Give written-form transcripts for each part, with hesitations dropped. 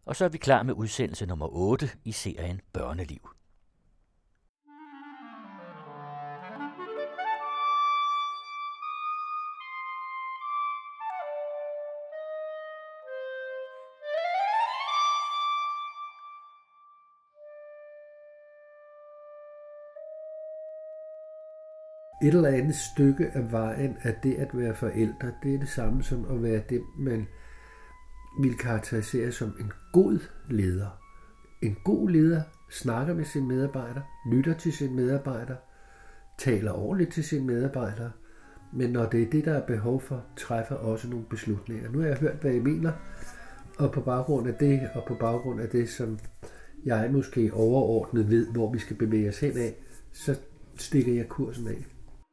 Og så er vi klar med udsendelse nummer 8 i serien Børneliv. Et eller andet stykke af vejen af det at være forældre, det er det samme som at være det, man vil karakterisere som en god leder. En god leder snakker med sine medarbejdere, lytter til sine medarbejdere, taler ordentligt til sine medarbejdere, men når det er det, der er behov for, træffer også nogle beslutninger. Nu har jeg hørt, hvad I mener, og på baggrund af det, og på baggrund af det, som jeg måske overordnet ved, hvor vi skal bevæge os hen af, så stikker jeg kursen af.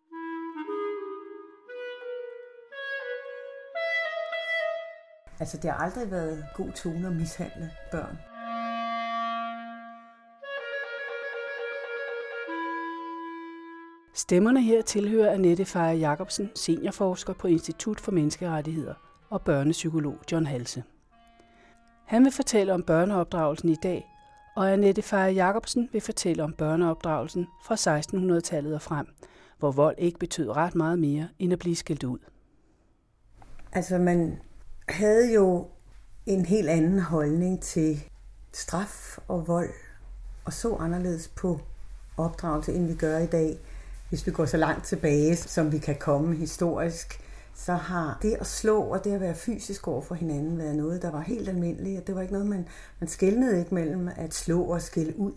Altså, det har aldrig været god tone at mishandle børn. Stemmerne her tilhører Annette Fejer Jacobsen, seniorforsker på Institut for Menneskerettigheder, og børnepsykolog John Halse. Han vil fortælle om børneopdragelsen i dag, og Annette Fejer Jacobsen vil fortælle om børneopdragelsen fra 1600-tallet og frem, hvor vold ikke betød ret meget mere end at blive skældt ud. Altså, man havde jo en helt anden holdning til straf og vold, og så anderledes på opdragelse, end vi gør i dag. Hvis vi går så langt tilbage, som vi kan komme historisk, så har det at slå og det at være fysisk over for hinanden været noget, der var helt almindeligt. Det var ikke noget, man skelnede ikke mellem at slå og skælde ud.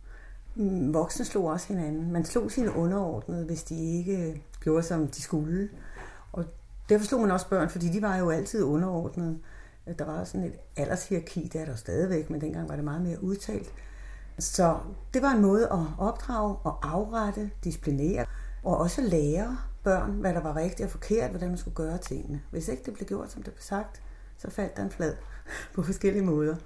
Voksne slog også hinanden. Man slog sine underordnede, hvis de ikke gjorde, som de skulle. Og derfor slog man også børn, fordi de var jo altid underordnede. Der var sådan et aldershierarki, der er der stadigvæk, men dengang var det meget mere udtalt. Så det var en måde at opdrage og afrette, disciplinere, og også lære børn, hvad der var rigtigt og forkert, hvordan man skulle gøre tingene. Hvis ikke det blev gjort, som det blev sagt, så faldt der en flad på forskellige måder.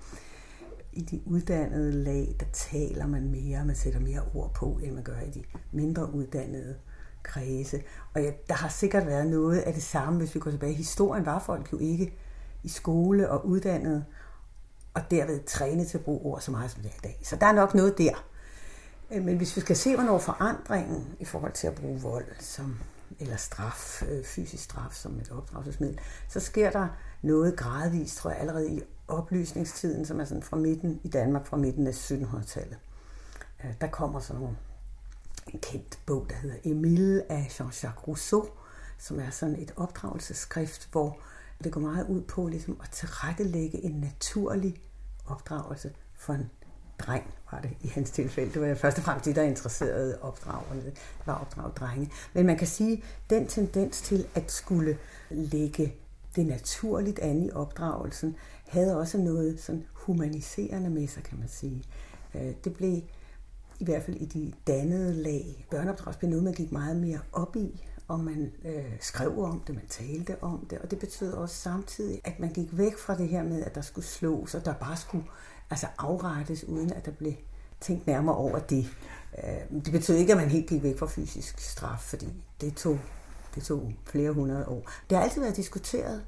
I de uddannede lag, der taler man mere, man sætter mere ord på, end man gør i de mindre uddannede kredse. Og der har sikkert været noget af det samme, hvis vi går tilbage. Historien var folk jo ikke i skole og uddannet, og derved trænet til at bruge ord så meget som det er i dag. Så der er nok noget der. Men hvis vi skal se, hvornår forandringen i forhold til at bruge vold eller straf, fysisk straf som et opdragelsesmiddel, så sker der noget gradvist, tror jeg, allerede i oplysningstiden, som er sådan fra midten i Danmark, fra midten af 1700-tallet. Der kommer sådan en kendt bog, der hedder Emile af Jean-Jacques Rousseau, som er sådan et opdragelsesskrift, hvor det går meget ud på ligesom at tilrettelægge en naturlig opdragelse for en dreng, var det i hans tilfælde. Det var først og fremmest det, der interesserede opdragerne. Det var opdraget drenge. Men man kan sige, at den tendens til at skulle lægge det naturligt an i opdragelsen, havde også noget sådan humaniserende med sig, kan man sige. Det blev i hvert fald i de dannede lag. Børneopdragelse blev noget, man gik meget mere op i, og man skrev om det, man talte om det, og det betød også samtidig, at man gik væk fra det her med, at der skulle slås, og der bare skulle afrettes, uden at der blev tænkt nærmere over det. Det betød ikke, at man helt gik væk fra fysisk straf, fordi det tog flere hundrede år. Det har altid været diskuteret,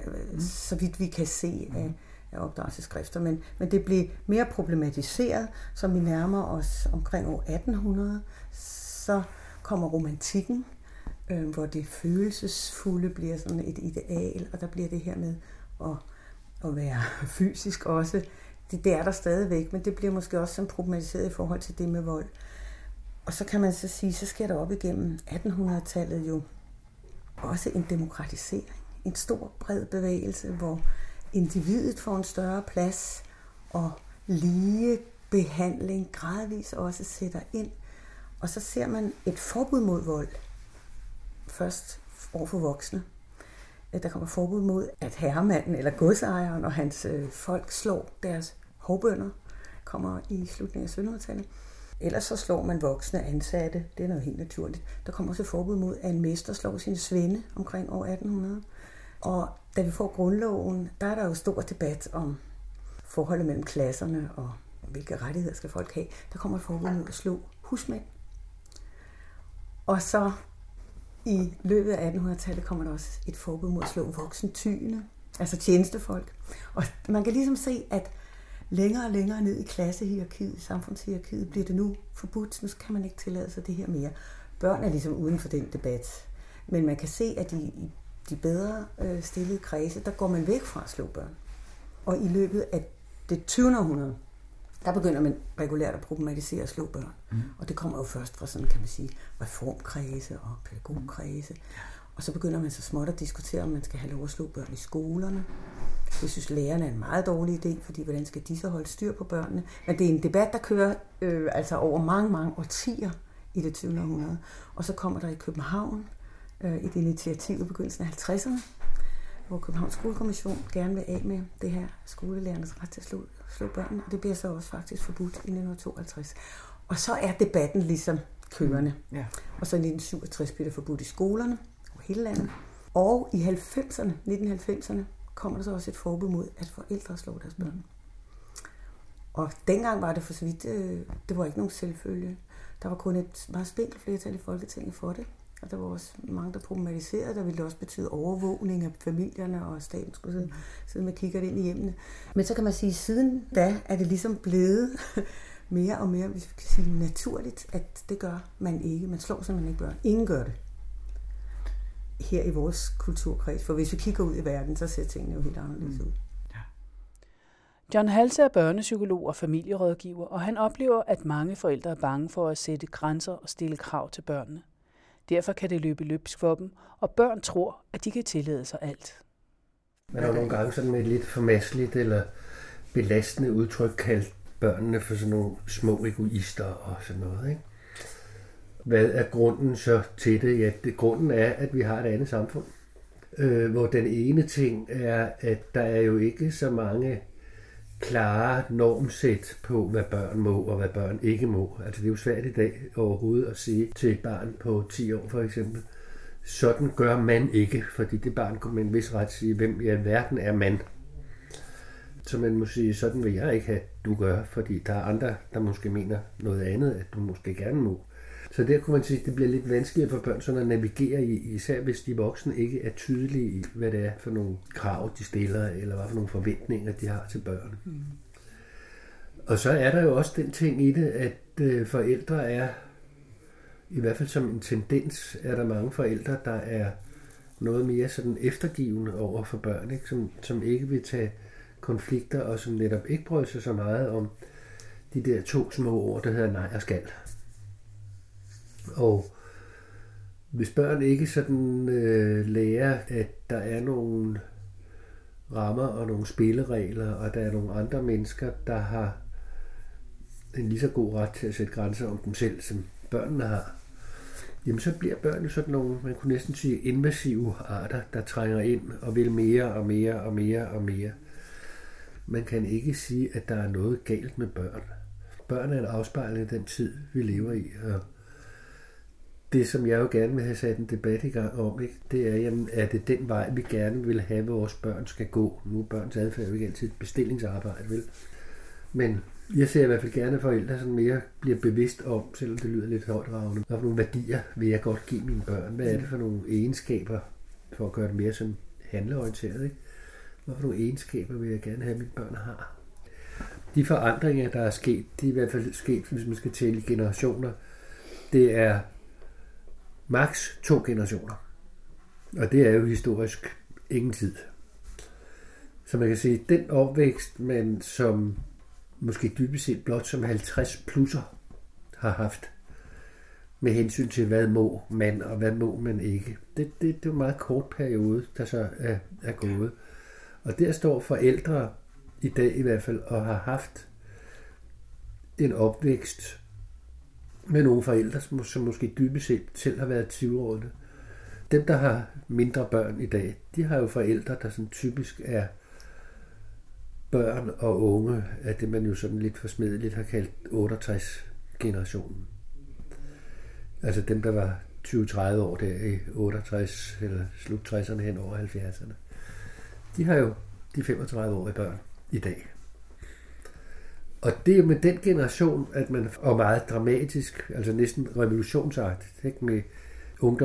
så vidt vi kan se af opdragelsesskrifter, men det blev mere problematiseret, som vi nærmer os omkring år 1800. Så kommer romantikken, hvor det følelsesfulde bliver sådan et ideal, og der bliver det her med at være fysisk også. Det er der stadigvæk, men det bliver måske også sådan problematiseret i forhold til det med vold. Og så kan man så sige, så sker der op igennem 1800-tallet jo også en demokratisering. En stor, bred bevægelse, hvor individet får en større plads, og lige behandling gradvis også sætter ind. Og så ser man et forbud mod vold. Først over for voksne. Der kommer forbud mod, at herremanden eller godsejeren og hans folk slår deres hovbønder. Kommer i slutningen af 1700-tallet. Ellers så slår man voksne ansatte. Det er noget helt naturligt. Der kommer også forbud mod, at en mester slår sin svende omkring år 1800. Og da vi får grundloven, der er der jo stor debat om forholdet mellem klasserne og hvilke rettigheder skal folk have. Der kommer et forbud mod at slå husmænd. Og så i løbet af 1800-tallet kommer der også et forbud mod at slå voksentyne, altså tjenestefolk. Og man kan ligesom se, at længere og længere ned i klassehierarkiet, i samfundshierarkiet, bliver det nu forbudt. Nu kan man ikke tillade sig det her mere. Børn er ligesom uden for den debat. Men man kan se, at i de bedre stillede kredse, der går man væk fra at slå børn. Og i løbet af det 20. århundrede, der begynder man regulært at problematisere at slå børn. Og det kommer jo først fra sådan, kan man sige, reformkredse og pædagogkredse. Og så begynder man så småt at diskutere, om man skal have lov at slå børn i skolerne. Jeg synes, lærerne er en meget dårlig idé, fordi hvordan skal de så holde styr på børnene? Men det er en debat, der kører altså over mange, mange årtier i det 20. århundrede. Og så kommer der i København et initiativ i begyndelsen af 50'erne, hvor Københavns Skolekommission gerne vil af med det her skolelærernes ret til at slå børn, og det bliver så også faktisk forbudt i 1952. Og så er debatten ligesom kørende. Ja. Og så i 1967 bliver det forbudt i skolerne over hele landet. Og i 1990'erne kommer der så også et forbud mod, at forældre slår deres børn. Og dengang var det for så vidt, det var ikke nogen selvfølge. Der var kun et meget spinkelt flertal i Folketinget for det. Og der var også mange, der problematiserede. Der ville det også betyde overvågning af familierne, og staten skulle sidde med kigger ind i hjemmene. Men så kan man sige, at siden da er det ligesom blevet mere og mere, hvis vi kan sige, naturligt, at det gør man ikke. Man slår simpelthen ikke børn. Ingen gør det. Her i vores kulturkreds. For hvis vi kigger ud i verden, så ser tingene jo helt anderledes ud. John Halse er børnepsykolog og familierådgiver, og han oplever, at mange forældre er bange for at sætte grænser og stille krav til børnene. Derfor kan det løbe løbsk for dem, og børn tror, at de kan tillade sig alt. Man har nogle gange sådan med et lidt formasseligt eller belastende udtryk kaldt børnene for sådan nogle små egoister og sådan noget, ikke? Hvad er grunden så til det? Ja, grunden er, at vi har et andet samfund, hvor den ene ting er, at der er jo ikke så mange klare normsæt på, hvad børn må og hvad børn ikke må. Altså det er jo svært i dag overhovedet at sige til et barn på 10 år for eksempel, sådan gør man ikke, fordi det barn kunne med en vis ret sige, hvem i alverden er man. Så man må sige, sådan vil jeg ikke have, du gør, fordi der er andre, der måske mener noget andet, at du måske gerne må. Så der kunne man sige, at det bliver lidt vanskeligere for børn sådan at navigere i, især hvis de voksne ikke er tydelige i, hvad det er for nogle krav, de stiller, eller hvad for nogle forventninger, de har til børn. Og så er der jo også den ting i det, at forældre er, i hvert fald som en tendens, er der mange forældre, der er noget mere sådan eftergivende over for børn, ikke? Som ikke vil tage konflikter, og som netop ikke bryder sig så meget om de der 2 små ord, der hedder nej og skal. Og hvis børn ikke sådan lærer, at der er nogle rammer og nogle spilleregler, og der er nogle andre mennesker, der har en lige så god ret til at sætte grænser om dem selv, som børnene har, jamen så bliver børn jo sådan nogle, man kunne næsten sige, invasive arter, der trænger ind og vil mere og mere og mere og mere. Man kan ikke sige, at der er noget galt med børn. Børn er en afspejling af den tid, vi lever i, og det, som jeg jo gerne vil have sat en debat i gang om, ikke, det er, jamen, er det den vej, vi gerne vil have, at vores børn skal gå? Nu er børns adfærd jo ikke altid et bestillingsarbejde, vel? Men jeg ser i hvert fald gerne, at forældre sådan mere bliver bevidst om, selvom det lyder lidt højtravende, hvad for nogle værdier vil jeg godt give mine børn? Hvad er det for nogle egenskaber, for at gøre det mere sådan handleorienteret, ikke? Hvad for nogle egenskaber vil jeg gerne have, at mine børn har? De forandringer, der er sket, de er i hvert fald sket, hvis man skal tælle generationer. Det er maks 2 generationer. Og det er jo historisk ingen tid. Så man kan sige, at den opvækst, man som måske dybest set blot som 50 plusser har haft, med hensyn til, hvad må man og hvad må man ikke. Det er en meget kort periode, der så er gået. Og der står forældre i dag i hvert fald, og har haft en opvækst med nogle forældre, som måske dybest set selv har været 20-årige. Dem, der har mindre børn i dag, de har jo forældre, der sådan typisk er børn og unge, af det man jo sådan lidt forsmedeligt har kaldt 68-generationen. Altså dem, der var 20-30 år der i 68 eller slut 60'erne hen over 70'erne. De har jo de 35-årige børn i dag. Og det er jo med den generation, at man er meget dramatisk, altså næsten revolutionsagtigt, ikke? Med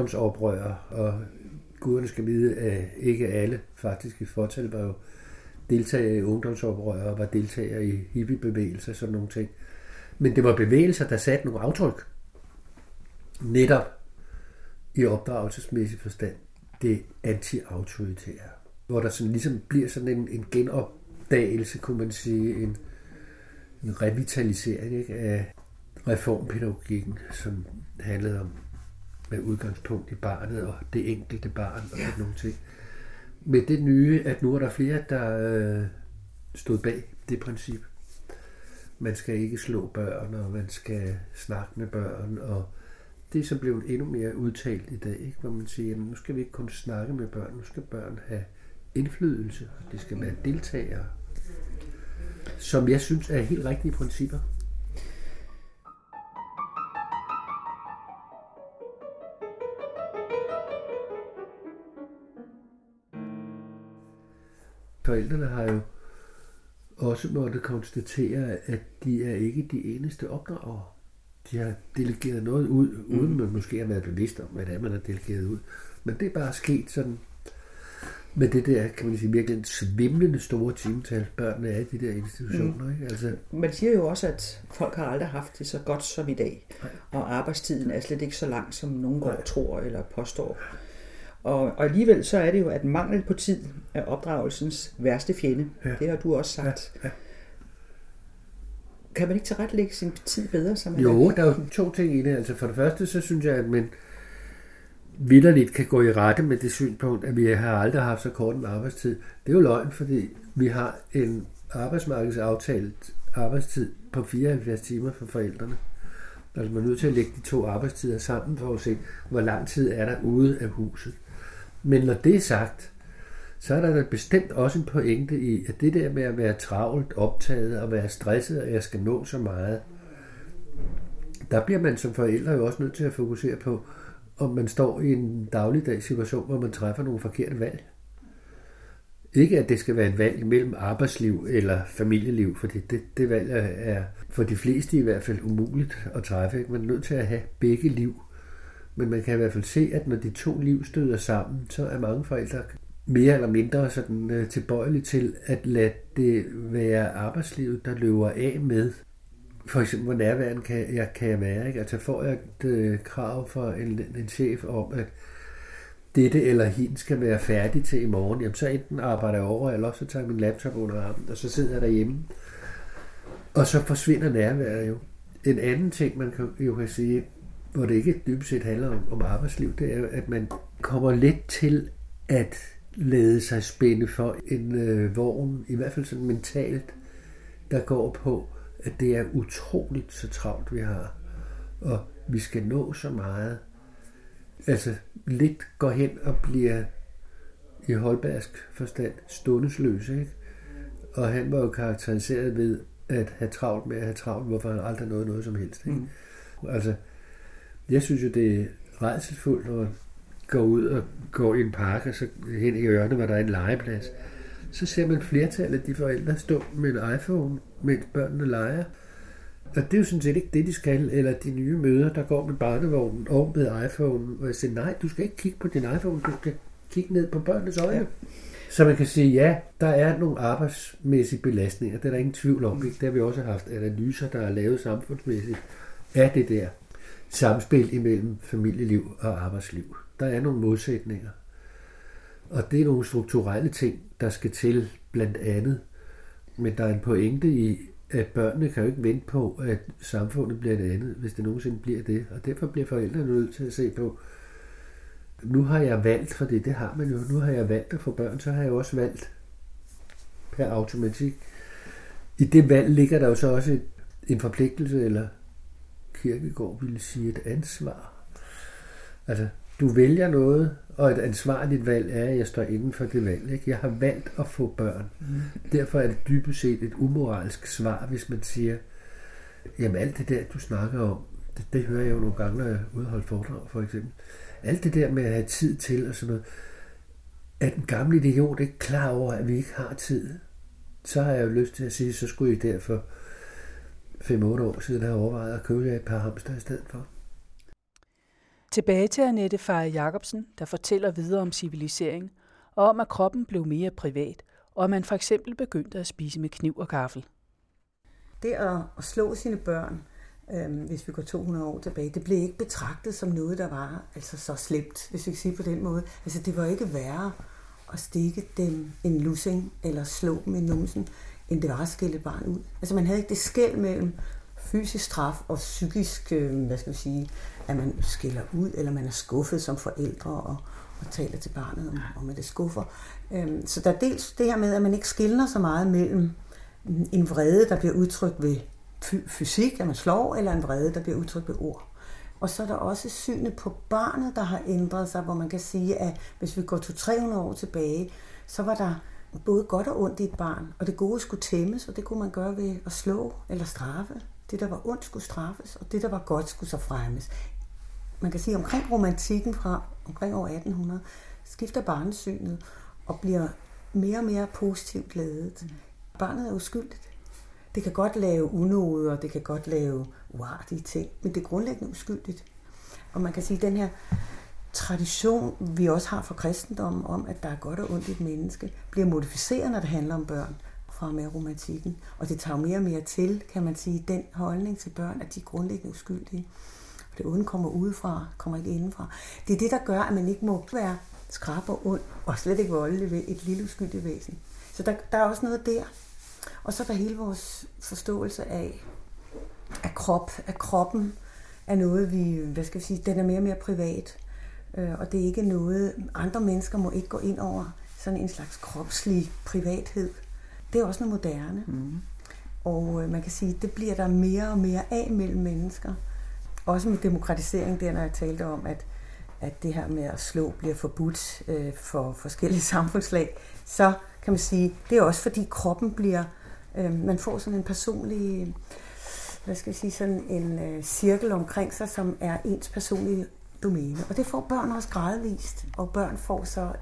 ungdomsoprør, og guderne skal vide, at ikke alle faktisk i fortal var jo deltager i ungdomsoprør og var deltager i hippiebevægelser og sådan nogle ting. Men det var bevægelser, der satte nogle aftryk. Netop i opdragelsesmæssig forstand. Det anti-autoritære. Hvor der sådan ligesom bliver sådan en genopdagelse, kunne man sige, en revitalisering, ikke, af reformpædagogikken, som handlede om med udgangspunkt i barnet og det enkelte barn og sådan nogle ting. Med det nye, at nu er der flere, der stod bag det princip. Man skal ikke slå børn, og man skal snakke med børn, og det er så blevet endnu mere udtalt i dag, ikke? Hvor man siger, at nu skal vi ikke kun snakke med børn, nu skal børn have indflydelse, og det skal være deltagere, som jeg synes er helt rigtige principper. Forældrene har jo også måttet konstatere, at de er ikke de eneste opdragere. De har delegeret noget ud, uden man måske har været bevidst om, hvad det er, man har delegeret ud. Men det er bare sket sådan, med det der, kan man sige, virkelig en svimlende store timetal, børnene er i de der institutioner. Ikke? Altså, man siger jo også, at folk har aldrig haft det så godt som i dag. Og arbejdstiden er slet ikke så lang, som nogen går tror eller påstår. Og alligevel så er det jo, at mangel på tid er opdragelsens værste fjende. Ja. Det har du også sagt. Ja. Kan man ikke tilrettelægge sin tid bedre? Jo, der er jo 2 ting i det. Altså for det første, så synes jeg, at man vitterligt kan gå i rette med det synspunkt, at vi har aldrig haft så kort en arbejdstid. Det er jo løgn, fordi vi har en arbejdsmarkedsaftalt arbejdstid på 74 timer for forældrene. Altså man er nødt til at lægge de 2 arbejdstider sammen for at se, hvor lang tid er der ude af huset. Men når det er sagt, så er der bestemt også en pointe i, at det der med at være travlt, optaget og være stresset, og jeg skal nå så meget, der bliver man som forældre jo også nødt til at fokusere på, om man står i en dagligdags situation, hvor man træffer nogle forkerte valg. Ikke at det skal være et valg imellem arbejdsliv eller familieliv, fordi det valg er for de fleste i hvert fald umuligt at træffe. Man er nødt til at have begge liv. Men man kan i hvert fald se, at når de 2 liv støder sammen, så er mange forældre mere eller mindre sådan tilbøjelige til at lade det være arbejdslivet, der løber af med. For eksempel, hvor nærværende kan jeg være. Ikke? Altså får jeg et krav fra en chef om, at dette eller hin skal være færdig til i morgen, jamen så enten arbejder jeg over, eller også så tager jeg min laptop under armen, og så sidder jeg derhjemme. Og så forsvinder nærværet jo. En anden ting, man kan sige, hvor det ikke dybest set handler om arbejdsliv, det er jo, at man kommer let til at lade sig spænde for en vogn, i hvert fald sådan mentalt, der går på, at det er utroligt så travlt, vi har. Og vi skal nå så meget. Altså lidt går hen og bliver i holbergsk forstand stundesløs, ikke? Og han var jo karakteriseret ved at have travlt med at have travlt, hvorfor han aldrig nåede noget som helst. Ikke? Altså, jeg synes jo, det er rædselsfuldt at gå ud og gå i en park, og så hen i hjørnet, hvor der er en legeplads. Så ser man flertallet af de forældre stå med en iPhone, mens børnene leger. Og det er jo sådan set ikke det, de skal, eller de nye møder, der går med barnevognen og med iPhone, og jeg siger, nej, du skal ikke kigge på din iPhone, du skal kigge ned på børnenes øjne. Ja. Så man kan sige, ja, der er nogle arbejdsmæssige belastninger, det er der ingen tvivl om. Ikke? Det har vi også haft analyser, der er lavet samfundsmæssigt af det der samspil imellem familieliv og arbejdsliv. Der er nogle modsætninger. Og det er nogle strukturelle ting, der skal til blandt andet. Men der er en pointe i, at børnene kan jo ikke vente på, at samfundet bliver et andet, hvis det nogensinde bliver det. Og derfor bliver forældrene nødt til at se på, nu har jeg valgt, for det har man jo, nu har jeg valgt at få børn, så har jeg også valgt per automatik. I det valg ligger der jo så også en forpligtelse, eller Kierkegaard ville sige et ansvar. Altså, du vælger noget, og et ansvarligt valg er, at jeg står inden for det valg. Ikke? Jeg har valgt at få børn. Derfor er det dybest set et umoralsk svar, hvis man siger, jamen alt det der, du snakker om, det hører jeg jo nogle gange, når jeg udholder foredrag, for eksempel. Alt det der med at have tid til og sådan noget, at en gammel idiot ikke klar over, at vi ikke har tid, så har jeg jo lyst til at sige, så skulle I derfor 5-8 år siden have overvejet at købe jer et par hamster i stedet for. Tilbage til Annette Fejer Jacobsen, der fortæller videre om civilisering, og om at kroppen blev mere privat, og at man for eksempel begyndte at spise med kniv og gaffel. Det at slå sine børn, hvis vi går 200 år tilbage, det blev ikke betragtet som noget, der var altså så slemt, hvis vi kan sige på den måde. Altså det var ikke værre at stikke dem en lussing eller slå dem i numsen, end det var at skælde et barn ud. Altså man havde ikke det skel mellem fysisk straf og psykisk, at man skælder ud, eller man er skuffet som forældre og taler til barnet om at det skuffer. Så der er dels det her med, at man ikke skelner så meget mellem en vrede, der bliver udtrykt ved fysik, at man slår, eller en vrede, der bliver udtrykt ved ord. Og så er der også synet på barnet, der har ændret sig, hvor man kan sige, at hvis vi går 200-300 år tilbage, så var der både godt og ondt i et barn, og det gode skulle tæmmes, og det kunne man gøre ved at slå eller straffe. Det, der var ondt, skulle straffes, og det, der var godt, skulle så fremmes. Man kan sige, omkring romantikken fra omkring år 1800, skifter barnesynet og bliver mere og mere positivt ladet. Barnet er uskyldigt. Det kan godt lave unoder, det kan godt lave uartige ting, men det er grundlæggende uskyldigt. Og man kan sige, at den her tradition, vi også har fra kristendommen, om at der er godt og ondt i et menneske, bliver modificeret, når det handler om børn fra mere romantikken. Og det tager mere og mere til, kan man sige, den holdning til børn, at de er grundlæggende uskyldige. Og det onde kommer udefra, kommer ikke indenfra. Det er det, der gør, at man ikke må være skrab og ond, og slet ikke voldelig ved et lille uskyldigt væsen. Så der er også noget der. Og så er der hele vores forståelse af kroppen er noget, den er mere og mere privat. Og det er ikke noget, andre mennesker må ikke gå ind over sådan en slags kropslig privathed. Det er også noget moderne. Og man kan sige, det bliver der mere og mere af mellem mennesker. Også med demokratisering, der når jeg talte om, at det her med at slå bliver forbudt for forskellige samfundslag, så kan man sige, det er også fordi kroppen bliver, man får sådan en personlig, sådan en cirkel omkring sig, som er ens personlige domæne. Og det får børn også gradvist, og børn får så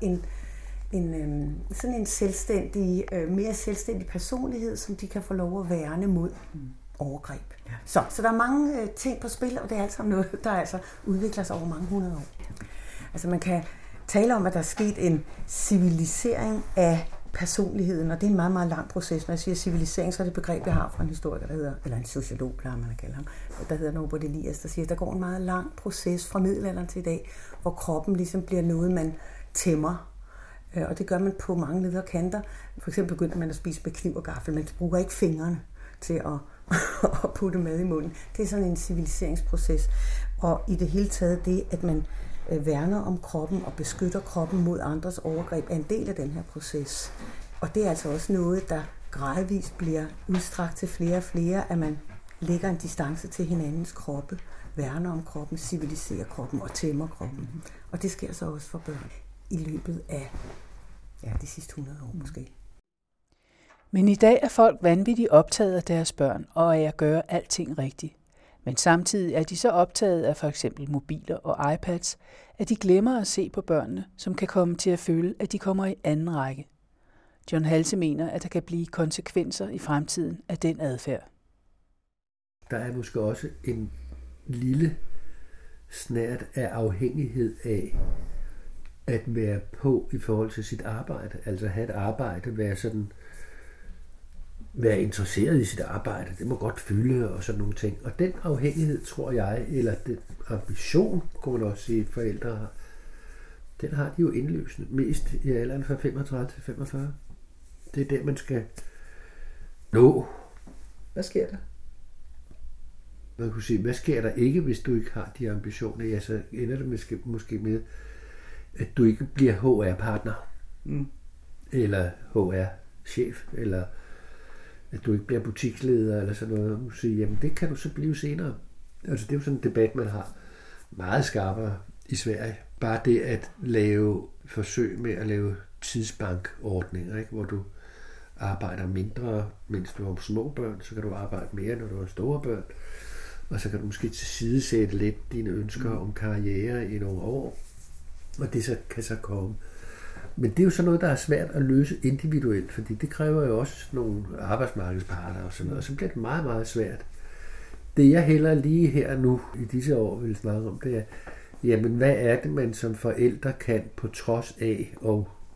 sådan en selvstændig, mere selvstændig personlighed, som de kan få lov at værne mod overgreb. Ja. Så der er mange ting på spil, og det er alt sammen noget, der altså udvikler sig over mange hundrede år. Altså man kan tale om, at der er sket en civilisering af personligheden, og det er en meget, meget lang proces. Når jeg siger civilisering, så er det et begreb, jeg har fra en historiker, der hedder, eller en sociolog, plejer man at kalde ham, der hedder Norbert Elias, der siger, at der går en meget lang proces fra middelalderen til i dag, hvor kroppen ligesom bliver noget, man tæmmer. Og det gør man på mange leder kanter. For eksempel begynder man at spise med kniv og gaffel. Man bruger ikke fingrene til at putte mad i munden. Det er sådan en civiliseringsproces. Og i det hele taget det, at man værner om kroppen og beskytter kroppen mod andres overgreb, er en del af den her proces. Og det er altså også noget, der gradvist bliver udstrakt til flere og flere, at man lægger en distance til hinandens kroppe, værner om kroppen, civiliserer kroppen og tæmmer kroppen. Og det sker så også for børn i løbet af de sidste 100 år måske. Men i dag er folk vanvittigt optaget af deres børn og af at gøre alting rigtigt. Men samtidig er de så optaget af for eksempel mobiler og iPads, at de glemmer at se på børnene, som kan komme til at føle, at de kommer i anden række. John Halse mener, at der kan blive konsekvenser i fremtiden af den adfærd. Der er måske også en lille snert af afhængighed af at være på i forhold til sit arbejde. Altså have et arbejde, være interesseret i sit arbejde. Det må godt fylde og sådan nogle ting. Og den afhængighed, tror jeg, eller den ambition, kunne man også sige, forældre har, den har de jo indløsende mest i alderen fra 35 til 45. Det er der, man skal nå. Hvad sker der? Man kunne sige, hvad sker der ikke, hvis du ikke har de ambitioner? Ja, så ender det måske med, at du ikke bliver HR-partner, eller HR-chef, eller at du ikke bliver butiksleder, eller sådan noget. Du siger, jamen det kan du så blive senere. Altså det er jo sådan en debat, man har meget skarpere i Sverige. Bare det at lave forsøg med at lave tidsbankordninger, ikke? Hvor du arbejder mindre, mens du har små børn, så kan du arbejde mere, når du har store børn. Og så kan du måske tilsidesætte lidt dine ønsker om karriere i nogle år, og det så kan så komme. Men det er jo sådan noget, der er svært at løse individuelt, fordi det kræver jo også nogle arbejdsmarkedsparter og sådan noget, og så bliver det meget, meget svært. Det jeg heller lige her nu i disse år vil snakke om, det er, jamen hvad er det, man som forældre kan på trods af, og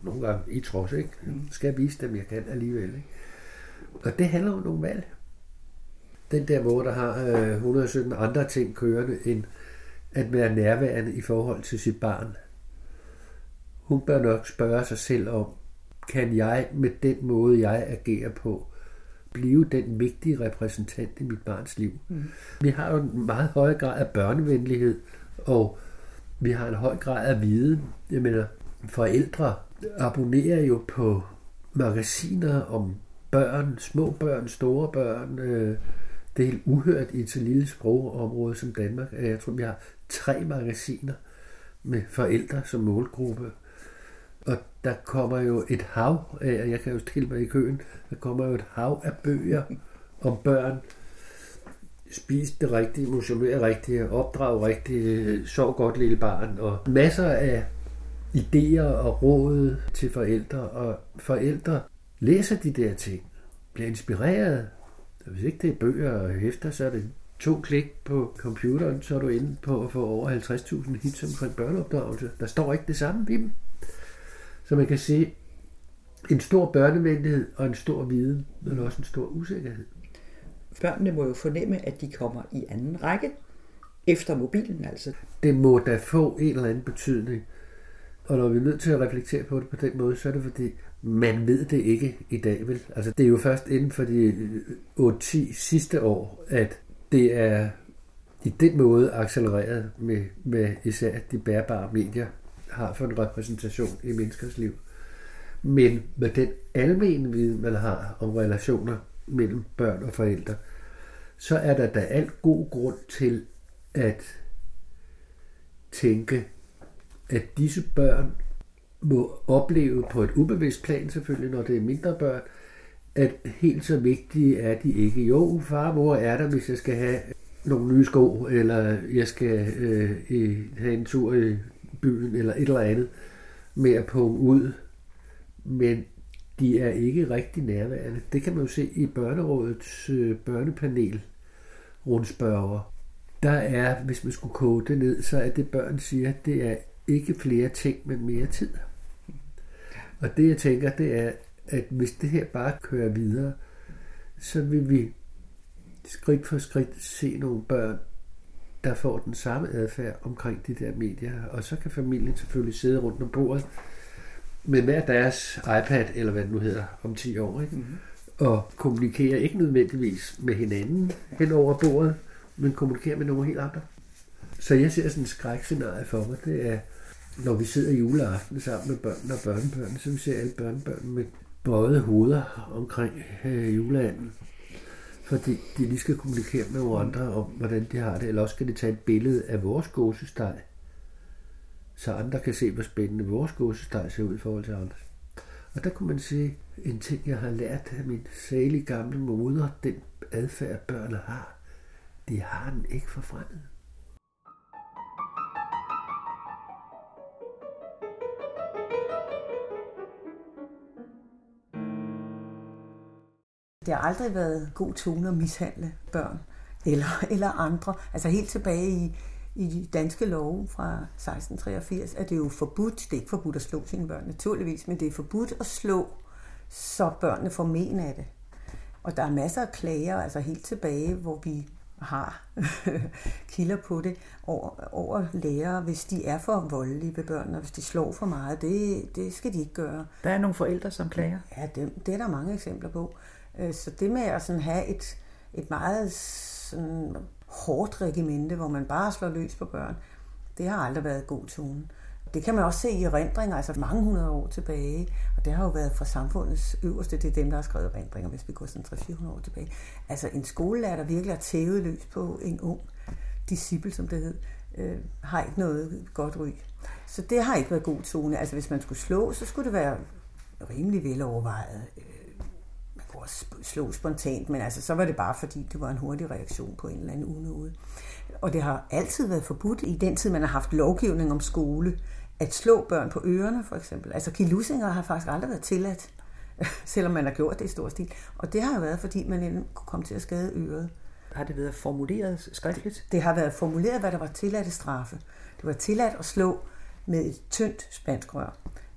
nogle gange i trods, ikke? Skal jeg vise dem, jeg kan alligevel, ikke? Og det handler om nogle valg. Den der mor, der har 117 andre ting kørende, end at være nærværende i forhold til sit barn. Hun bør nok spørge sig selv om, kan jeg med den måde, jeg agerer på, blive den vigtige repræsentant i mit barns liv? Vi har jo en meget høj grad af børnevenlighed, og vi har en høj grad af viden. Jeg mener, forældre abonnerer jo på magasiner om børn, små børn, store børn. Det er helt uhørt i et så lille sprogområde som Danmark. Jeg tror, vi har 3 magasiner med forældre som målgruppe. Og der kommer jo et hav af, jeg kan jo stille mig i køen, der kommer jo et hav af bøger om børn. Spis det rigtige, motionere rigtigt, opdrag rigtigt, sov godt lille barn, og masser af idéer og råd til forældre. Og forældre læser de der ting, bliver inspireret. Hvis ikke det er bøger og hæfter, så er det 2 klik på computeren, så er du inde på at få over 50.000 hits omkring børneopdragelse. Der står ikke det samme i dem. Så man kan sige, en stor børnevenlighed og en stor viden, men også en stor usikkerhed. Børnene må jo fornemme, at de kommer i anden række efter mobilen altså. Det må da få en eller anden betydning. Og når vi er nødt til at reflektere på det på den måde, så er det fordi, man ved det ikke i dag, vel? Altså det er jo først inden for de 8-10 sidste år, at det er i den måde accelereret med især de bærbare medier har for en repræsentation i menneskers liv. Men med den almene viden, man har om relationer mellem børn og forældre, så er der da alt god grund til at tænke, at disse børn må opleve på et ubevidst plan selvfølgelig, når det er mindre børn, at helt så vigtige er de ikke. Jo, far og mor er der, hvis jeg skal have nogle nye sko, eller jeg skal have en tur i byen, eller et eller andet med at punge ud. Men de er ikke rigtig nærværende. Det kan man jo se i Børnerådets børnepanel rundspørger. Der er, hvis man skulle koge det ned, så er det børn siger, det er ikke flere ting, men mere tid. Og det jeg tænker, det er, at hvis det her bare kører videre, så vil vi skridt for skridt se nogle børn, der får den samme adfærd omkring de der medier. Og så kan familien selvfølgelig sidde rundt om bordet med hver deres iPad, eller hvad det nu hedder, om 10 år, ikke? Og kommunikere ikke nødvendigvis med hinanden hen over bordet, men kommunikere med nogle helt andre. Så jeg ser sådan en skrækscenarie for mig, det er, når vi sidder juleaften sammen med børnene og børnebørnene, så vi ser alle børnebørnene med bøjede hoveder omkring juleanden. Fordi de lige skal kommunikere med nogle andre om, hvordan de har det, eller også skal de tage et billede af vores gåsesteg, så andre kan se, hvor spændende vores gåsesteg ser ud i forhold til andre. Og der kunne man sige, en ting, jeg har lært af min salige gamle moder, den adfærd, børnene har, de har den ikke for fremmed. Det har aldrig været god tone at mishandle børn eller andre. Altså helt tilbage i de danske love fra 1683 er det jo forbudt. Det er ikke forbudt at slå sine børn naturligvis, men det er forbudt at slå, så børnene får men af det. Og der er masser af klager, altså helt tilbage, hvor vi har kilder på det over lærere, hvis de er for voldelige ved børnene, hvis de slår for meget. Det skal de ikke gøre. Der er nogle forældre, som klager. Ja, det er der mange eksempler på. Så det med at sådan have et meget sådan hårdt regimente, hvor man bare slår løs på børn, det har aldrig været god tone. Det kan man også se i erindringer, altså mange hundrede år tilbage, og det har jo været fra samfundets øverste, det er dem, der har skrevet erindringer, hvis vi går sådan 300-400 år tilbage. Altså en skolelærer, der virkelig har tævet løs på en ung disciple, som det hed, har ikke noget godt ry. Så det har ikke været god tone. Altså hvis man skulle slå, så skulle det være rimelig velovervejet. Man kunne også slå spontant, men altså så var det bare fordi, det var en hurtig reaktion på en eller anden unåde. Og det har altid været forbudt i den tid, man har haft lovgivning om skole, at slå børn på ørerne for eksempel. Altså killusinger har faktisk aldrig været tilladt, selvom man har gjort det i stor stil. Og det har jo været, fordi man kunne komme til at skade øret. Har det været formuleret skriftligt? Det har været formuleret, hvad der var tilladt straffe. Det var tilladt at slå med et tyndt spanskrør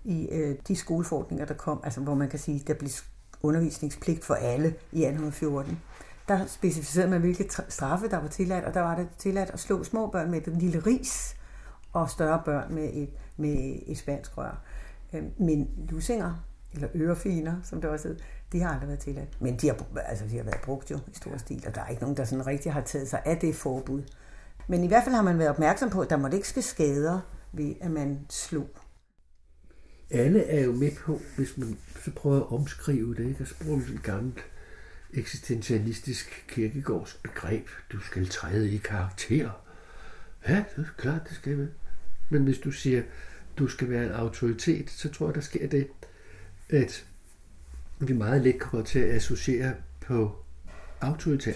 i de skoleforordninger, der kom, altså hvor man kan sige, der blev undervisningspligt for alle i 1814. Der specificerede man, hvilke straffe, der var tilladt, og der var det tilladt at slå små børn med et lille ris, og større børn med et spansk rør. Men lussinger, eller ørefiner, som det også hedder, de har aldrig været tilladt. Men de har været brugt jo i stor stil, og der er ikke nogen, der sådan rigtig har taget sig af det forbud. Men i hvert fald har man været opmærksom på, at der måtte ikke ske skader ved, at man slog. Alle er jo med på, hvis man så prøver at omskrive det, ikke? Og så bruger man sådan et gammelt eksistentialistisk Kierkegaards begreb. Du skal træde i karakter. Ja, det er klart, det skal vi. Men hvis du siger, du skal være en autoritet, så tror jeg, der sker det, at vi meget let kommer til at associere på autoritær.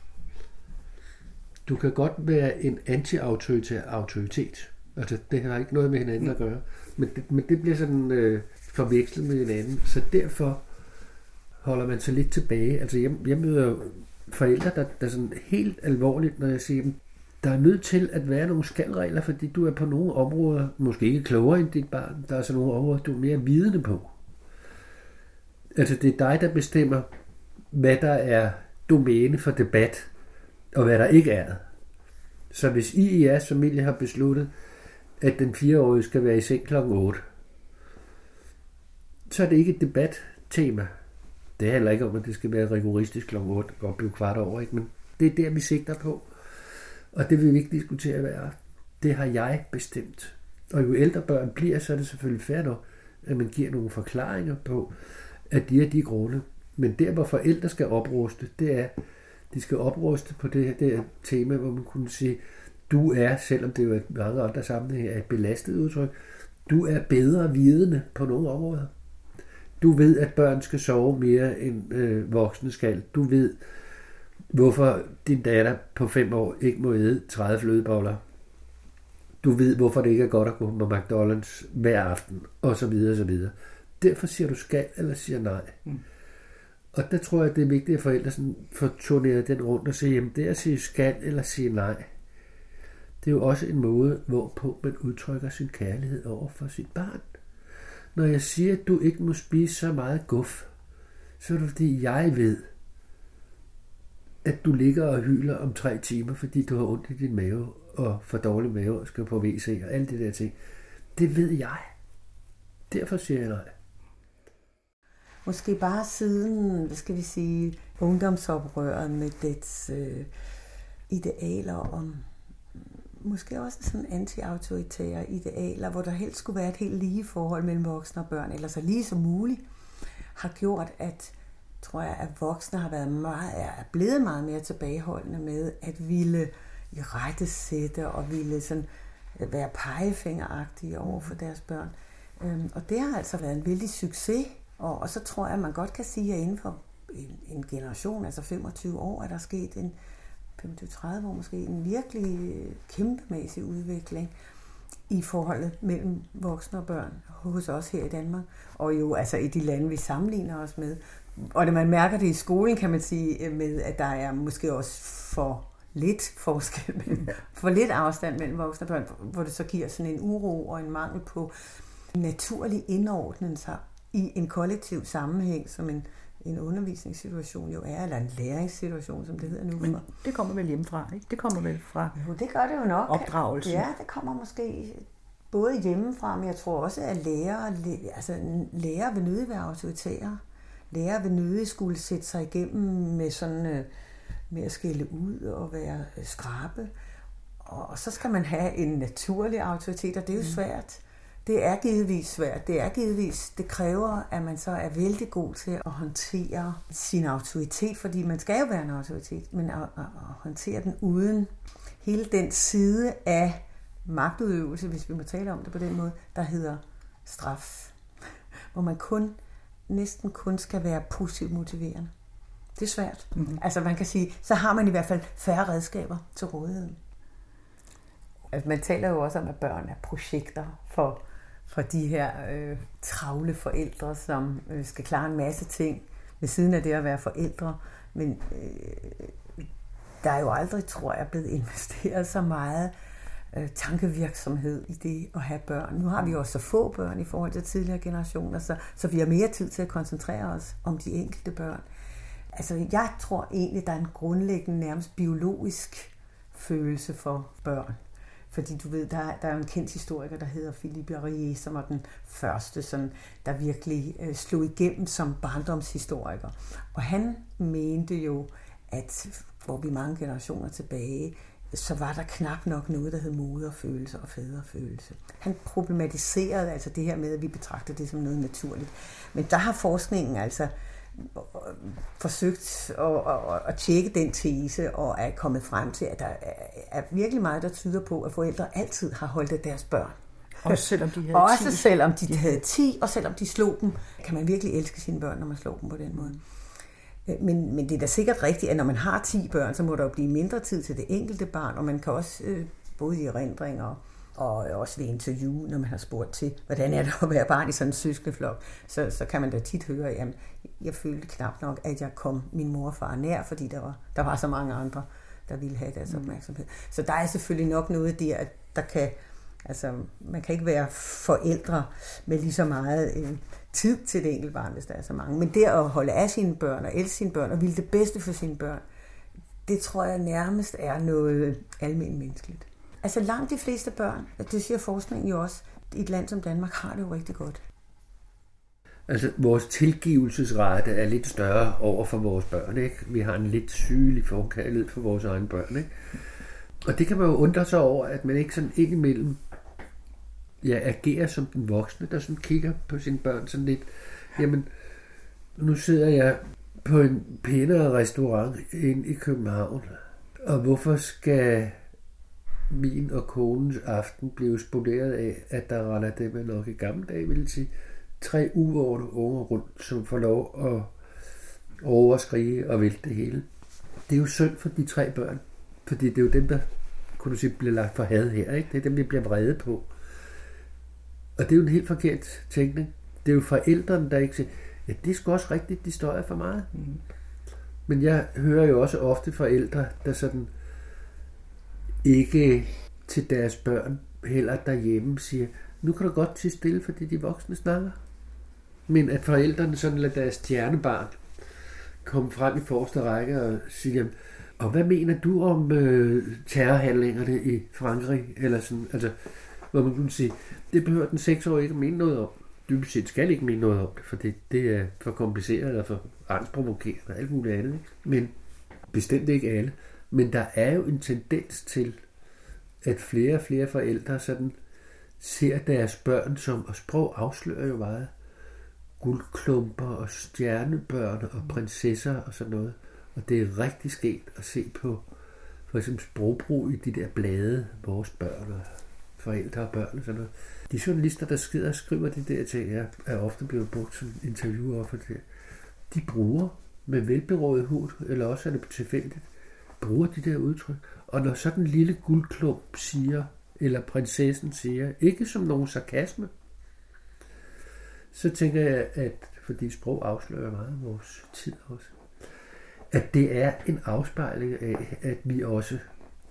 Du kan godt være en anti-autoritær autoritet. Altså, det har ikke noget med hinanden at gøre. Men det bliver sådan forvekslet med hinanden. Så derfor holder man sig lidt tilbage. Altså, jeg møder forældre, der sådan helt alvorligt, når jeg siger dem, der er nødt til at være nogle skalregler, fordi du er på nogle områder, måske ikke klogere end dit barn, der er så nogle områder, du er mere vidende på. Altså, det er dig, der bestemmer, hvad der er domæne for debat, og hvad der ikke er. Så hvis I i jeres familie har besluttet, at den 4-årige skal være i seng kl. 8, så er det ikke et debattema. Det handler ikke om, at det skal være rigoristisk kl. 8, og blive kvart over, ikke? Men det er der, vi sigter på. Og det vil vi ikke diskutere hver aften. Det har jeg bestemt. Og jo ældre børn bliver, så er det selvfølgelig fair nok, at man giver nogle forklaringer på, at de er de grunde. Men der, hvor forældre skal opruste, det er, de skal opruste på det her tema, hvor man kunne sige, du er, selvom det jo er mange andre sammenhænge, er et belastet udtryk, du er bedre vidende på nogle områder. Du ved, at børn skal sove mere end voksne skal. Du ved, hvorfor din datter på 5 år ikke må æde 30 flødeboller. Du ved, hvorfor det ikke er godt at gå på McDonald's hver aften, og så videre, og så videre. Derfor siger du skal, eller siger nej. Og der tror jeg, det er vigtigt, at forældre sådan får turneret den rundt og sige, jamen det at sige skal, eller sige nej, det er jo også en måde, hvorpå man udtrykker sin kærlighed over for sit barn. Når jeg siger, at du ikke må spise så meget guf, så er det fordi, jeg ved, at du ligger og hyler om 3 timer, fordi du har ondt i din mave, og for dårlig mave, og skal på WC, og alle de der ting. Det ved jeg. Derfor siger jeg nej. Måske bare siden, hvad skal vi sige, ungdomsoprøret med dets idealer om, måske også sådan anti-autoritære idealer, hvor der helst skulle være et helt lige forhold mellem voksne og børn, eller så lige som muligt, har gjort, at tror jeg, at voksne har været er blevet meget mere tilbageholdende med at ville irettesætte og ville sådan være pegefingeragtige over for deres børn. Og det har altså været en vældig succes, og så tror jeg, at man godt kan sige, at inden for en generation, altså 25 år, er der sket en 25-30 år måske, en virkelig kæmpemæssig udvikling i forholdet mellem voksne og børn hos os her i Danmark, og jo altså i de lande, vi sammenligner os med. Og når man mærker det i skolen, kan man sige, med, at der er måske også for lidt forskel, for lidt afstand mellem voksne og børn, hvor det så giver sådan en uro og en mangel på naturlig indordnen sig i en kollektiv sammenhæng, som en undervisningssituation jo er, eller en læringssituation, som det hedder nu. Men det kommer vel hjemmefra, ikke? Det kommer vel fra jo, det gør det jo nok. Opdragelsen. Ja, det kommer måske både hjemmefra, men jeg tror også, at lærere vil nødig være autoritære. Lærere vil nødig skulle sætte sig igennem med sådan med at skælde ud og være skrappe. Og så skal man have en naturlig autoritet, og det er jo svært. Det er givetvis svært. Det kræver, at man så er vældig god til at håndtere sin autoritet, fordi man skal jo være en autoritet, men at håndtere den uden hele den side af magtudøvelse, hvis vi må tale om det på den måde, der hedder straf. Hvor man næsten kun skal være positivt motiverende. Det er svært. Mm-hmm. Altså man kan sige, så har man i hvert fald færre redskaber til rådighed. Altså, man taler jo også om, at børn er projekter for de her travle forældre, som skal klare en masse ting ved siden af det at være forældre. Men der er jo aldrig, tror jeg, blevet investeret så meget tankevirksomhed i det at have børn. Nu har vi også så få børn i forhold til tidligere generationer, så vi har mere tid til at koncentrere os om de enkelte børn. Altså, jeg tror egentlig, der er en grundlæggende, nærmest biologisk følelse for børn. Fordi du ved, der er jo en kendt historiker, der hedder Philippe Jarrier, som var den første, sådan, der virkelig slog igennem som barndomshistoriker. Og han mente jo, at hvor vi mange generationer tilbage, så var der knap nok noget, der hed moderfølelse og faderfølelse. Han problematiserede altså det her med, at vi betragter det som noget naturligt. Men der har forskningen altså forsøgt at tjekke den tese og er kommet frem til, at der er virkelig meget, der tyder på, at forældre altid har holdt af deres børn. Også selvom de havde 10. Også selvom de havde 10, og selvom de slog dem, kan man virkelig elske sine børn, når man slår dem på den måde. Men det er da sikkert rigtigt, at når man har 10 børn, så må der jo blive mindre tid til det enkelte barn, og man kan også, både i erindringer og også ved interview, når man har spurgt til, hvordan er det at være barn i sådan en søskendeflok, så kan man da tit høre, at jeg følte knap nok, at jeg kom min mor og far nær, fordi der var så mange andre, der ville have deres opmærksomhed. Så der er selvfølgelig nok noget der, at der kan, altså man kan ikke være forældre med lige så meget tid til det enkelte barn, hvis der er så mange. Men det at holde af sine børn og elske sine børn og ville det bedste for sine børn, det tror jeg nærmest er noget almindeligt menneskeligt. Altså langt de fleste børn, det siger forskningen jo også, i et land som Danmark har det jo rigtig godt. Altså vores tilgivelsesrate er lidt større over for vores børn, ikke? Vi har en lidt sygelig forkærlighed for vores egne børn, ikke? Og det kan man jo undre sig over, at man ikke sådan indimellem agerer som den voksne, der sådan kigger på sine børn sådan lidt. Jamen, nu sidder jeg på en pænere restaurant inde i København, og hvorfor skal min og konens aften blive spoleret af, at der render det, man nok i gamle dage ville sige, 3 uvågne unger rundt, som får lov at overskrige og vælte det hele. Det er jo synd for de 3 børn, fordi det er jo dem, der, kunne du sige, bliver lagt for had her, ikke? Det er dem, der bliver vrede på. Og det er jo en helt forkert tænkning. Det er jo forældrene, der ikke siger, ja, det er sgu også rigtigt, de støjer for meget. Men jeg hører jo også ofte forældre, der sådan ikke til deres børn heller derhjemme siger, nu kan du godt tie stille, fordi de voksne snakker. Men at forældrene sådan lader deres stjernebarn komme frem i forreste række og sige, og hvad mener du om terrorhandlingerne i Frankrig? Eller sådan, altså, hvor man kunne sige, det behøver den 6-årige ikke at mene noget om. Dybest set skal ikke mene noget om det, for det er for kompliceret og for angstprovokerende og alt muligt andet. Ikke? Men bestemt ikke alle. Men der er jo en tendens til, at flere og flere forældre sådan ser deres børn som, og sprog afslører jo meget, guldklumper og stjernebørn og prinsesser og sådan noget. Og det er rigtig sket at se på for eksempel sprogbrug i de der blade, vores børn og forældre og børn og sådan noget. De journalister, der skider og skriver de der ting, er ofte blevet brugt som interviewer for det. De bruger med velberådet hud, eller også er det tilfældigt, bruger de der udtryk. Og når sådan en lille guldklump siger, eller prinsessen siger, ikke som nogen sarkasme, så tænker jeg, at fordi sprog afslører meget af vores tid også, at det er en afspejling af, at vi også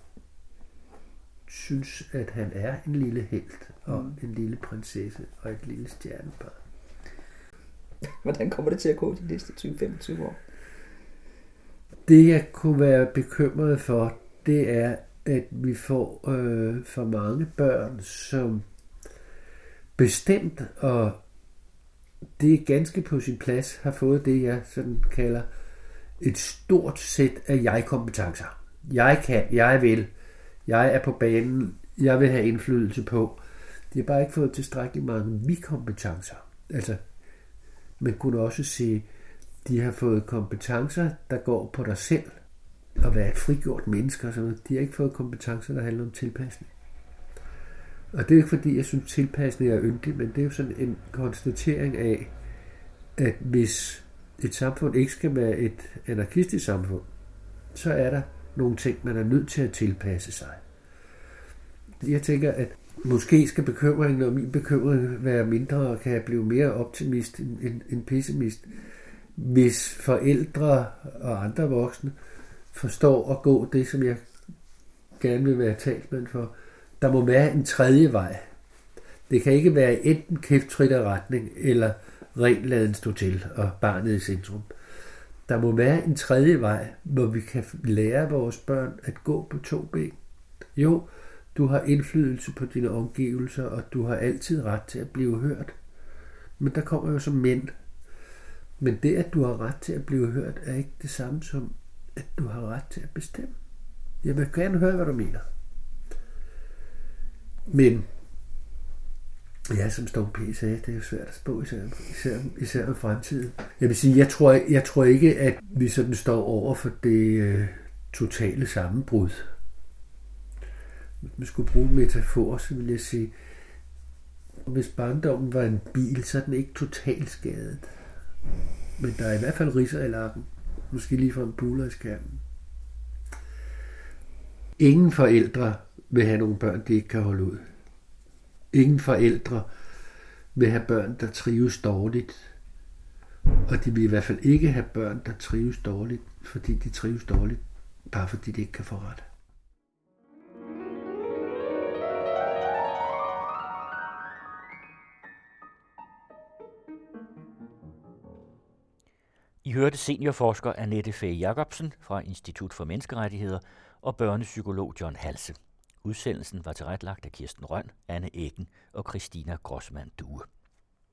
synes, at han er en lille helt og en lille prinsesse og et lille stjernebarn. Hvordan kommer det til at gå de næste 20-25 år? Det jeg kunne være bekymret for, det er, at vi får for mange børn, som bestemt, og det er ganske på sin plads, har fået det, jeg sådan kalder et stort sæt af jeg-kompetencer. Jeg kan, jeg vil, jeg er på banen, jeg vil have indflydelse på. De har bare ikke fået tilstrækkeligt mange vi-kompetencer. Altså, man kunne også sige, de har fået kompetencer, der går på dig selv, at være et frigjort menneske og sådan noget. De har ikke fået kompetencer, der handler om tilpasning. Og det er ikke fordi, jeg synes, tilpasning er yndig, men det er jo sådan en konstatering af, at hvis et samfund ikke skal være et anarkistisk samfund, så er der nogle ting, man er nødt til at tilpasse sig. Jeg tænker, at måske skal bekymringen og min bekymring være mindre, og kan jeg blive mere optimist end pessimist, hvis forældre og andre voksne forstår at gå det, som jeg gerne vil være talsmand for, der må være en tredje vej. Det kan ikke være enten kæftfrit af retning, eller rent laden stå til, og barnet i centrum. Der må være en tredje vej, hvor vi kan lære vores børn at gå på 2 ben. Jo, du har indflydelse på dine omgivelser, og du har altid ret til at blive hørt. Men der kommer jo som mænd. Men det, at du har ret til at blive hørt, er ikke det samme som, at du har ret til at bestemme. Jeg vil gerne høre, hvad du mener. Men, ja, som Storm P. sagde, det er jo svært at spå, især i fremtiden. Jeg vil sige, jeg tror ikke, at vi sådan står over for det totale sammenbrud. Hvis man skulle bruge en metafor, så vil jeg sige, hvis barndommen var en bil, så er den ikke totalt skadet. Men der er i hvert fald ridser i lakken. Måske lige for en puler i skærmen. Ingen forældre vil have nogle børn, de ikke kan holde ud. Ingen forældre vil have børn, der trives dårligt. Og de vil i hvert fald ikke have børn, der trives dårligt, fordi de trives dårligt, bare fordi de ikke kan få ret. I hørte seniorforsker Annette Fage Jacobsen fra Institut for Menneskerettigheder og børnepsykolog John Halse. Udsendelsen var tilrettelagt af Kirsten Rønn, Anne Eggen og Christina Grossmann Due.